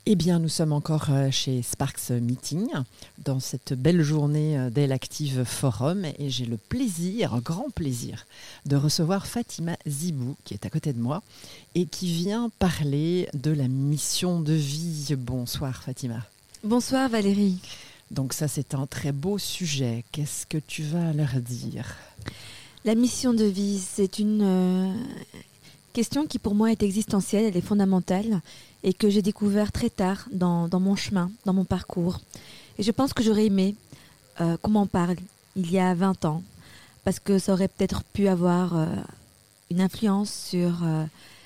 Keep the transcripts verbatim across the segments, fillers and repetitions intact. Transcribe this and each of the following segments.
Eh bien, nous sommes encore chez Sparks Meeting, dans cette belle journée d'Elle Active Forum, et j'ai le plaisir, un grand plaisir, de recevoir Fatima Zibou, qui est à côté de moi, et qui vient parler de la mission de vie. Bonsoir Fatima. Bonsoir Valérie. Donc ça, c'est un très beau sujet. Qu'est-ce que tu vas leur dire ? La mission de vie, c'est une euh, question qui pour moi est existentielle, elle est fondamentale, et que j'ai découvert très tard dans, dans mon chemin, dans mon parcours. Et je pense que j'aurais aimé euh, qu'on m'en parle il y a vingt ans, parce que ça aurait peut-être pu avoir euh, une influence sur euh,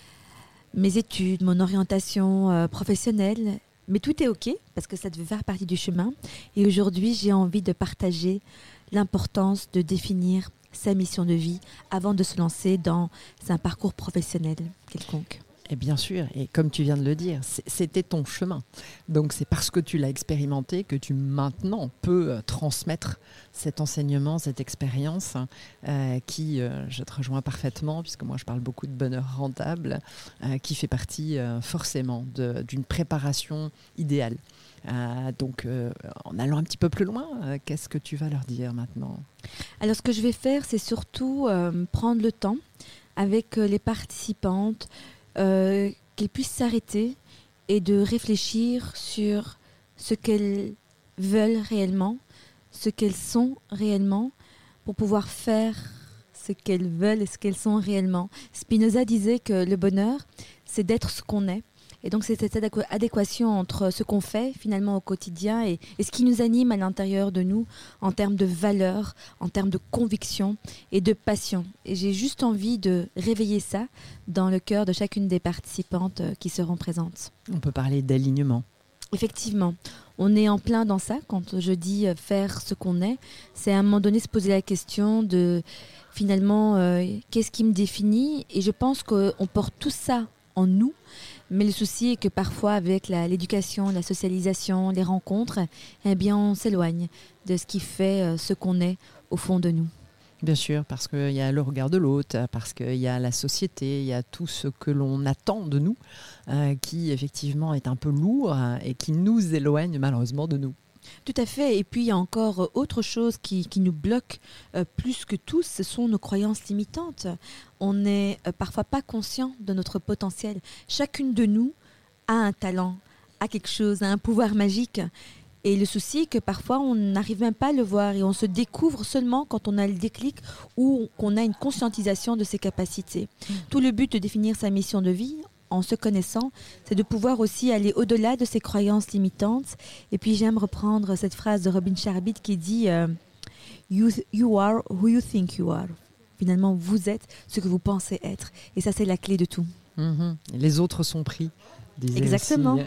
mes études, mon orientation euh, professionnelle. Mais tout est OK, parce que ça devait faire partie du chemin. Et aujourd'hui, j'ai envie de partager l'importance de définir sa mission de vie avant de se lancer dans un parcours professionnel quelconque. Et bien sûr, et comme tu viens de le dire, c'était ton chemin. Donc c'est parce que tu l'as expérimenté que tu maintenant peux transmettre cet enseignement, cette expérience euh, qui, euh, je te rejoins parfaitement, puisque moi je parle beaucoup de bonheur rentable, euh, qui fait partie euh, forcément de, d'une préparation idéale. Euh, donc euh, en allant un petit peu plus loin, euh, qu'est-ce que tu vas leur dire maintenant ? Alors ce que je vais faire, c'est surtout euh, prendre le temps avec euh, les participantes, Euh, qu'elles puissent s'arrêter et de réfléchir sur ce qu'elles veulent réellement, ce qu'elles sont réellement, pour pouvoir faire ce qu'elles veulent et ce qu'elles sont réellement. Spinoza disait que le bonheur, c'est d'être ce qu'on est. Et donc c'est cette adéquation entre ce qu'on fait finalement au quotidien et, et ce qui nous anime à l'intérieur de nous en termes de valeurs, en termes de conviction et de passion. Et j'ai juste envie de réveiller ça dans le cœur de chacune des participantes qui seront présentes. On peut parler d'alignement. Effectivement, on est en plein dans ça. Quand je dis faire ce qu'on est, c'est à un moment donné se poser la question de finalement euh, qu'est-ce qui me définit. Et je pense qu'on porte tout ça en nous. Mais le souci est que parfois, avec la, l'éducation, la socialisation, les rencontres, eh bien, on s'éloigne de ce qui fait euh, ce qu'on est au fond de nous. Bien sûr, parce qu'il y a le regard de l'autre, parce qu'il y a la société, il y a tout ce que l'on attend de nous, euh, qui effectivement est un peu lourd et qui nous éloigne malheureusement de nous. Tout à fait. Et puis, il y a encore autre chose qui, qui nous bloque euh, plus que tout, ce sont nos croyances limitantes. On n'est euh, parfois pas conscient de notre potentiel. Chacune de nous a un talent, a quelque chose, a un pouvoir magique. Et le souci est que parfois, on n'arrive même pas à le voir et on se découvre seulement quand on a le déclic ou qu'on a une conscientisation de ses capacités. Mmh. Tout le but de définir sa mission de vie, en se connaissant, c'est de pouvoir aussi aller au-delà de ses croyances limitantes. Et puis j'aime reprendre cette phrase de Robin Sharabit qui dit euh, you, you are who you think you are. Finalement, vous êtes ce que vous pensez être. Et ça, c'est la clé de tout. Mmh. Les autres sont pris. Exactement.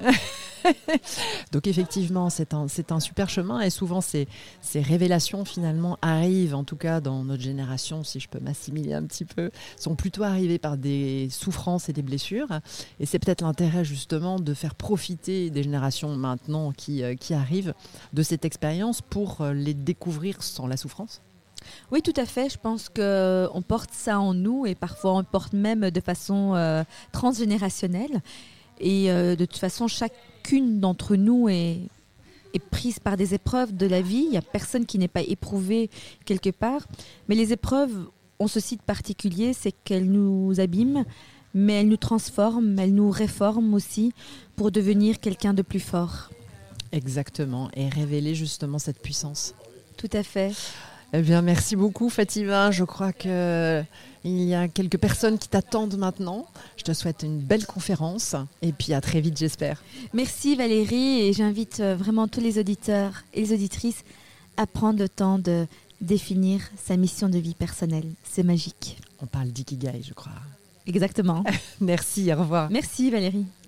Donc effectivement, c'est un, c'est un super chemin et souvent ces, ces révélations finalement arrivent, en tout cas dans notre génération, si je peux m'assimiler un petit peu, sont plutôt arrivées par des souffrances et des blessures. Et c'est peut-être l'intérêt justement de faire profiter des générations maintenant qui, qui arrivent de cette expérience pour les découvrir sans la souffrance. Oui, tout à fait. Je pense qu'on porte ça en nous et parfois on le porte même de façon euh, transgénérationnelle. Et euh, de toute façon, chacune d'entre nous est, est prise par des épreuves de la vie. Il n'y a personne qui n'est pas éprouvé quelque part. Mais les épreuves ont ceci de particulier, c'est qu'elles nous abîment, mais elles nous transforment, elles nous réforment aussi pour devenir quelqu'un de plus fort. Exactement, et révéler justement cette puissance. Tout à fait. Eh bien, merci beaucoup Fatima. Je crois qu'il y a quelques personnes qui t'attendent maintenant. Je te souhaite une belle conférence et puis à très vite, j'espère. Merci Valérie et j'invite vraiment tous les auditeurs et les auditrices à prendre le temps de définir sa mission de vie personnelle. C'est magique. On parle d'ikigai, je crois. Exactement. Merci, au revoir. Merci Valérie.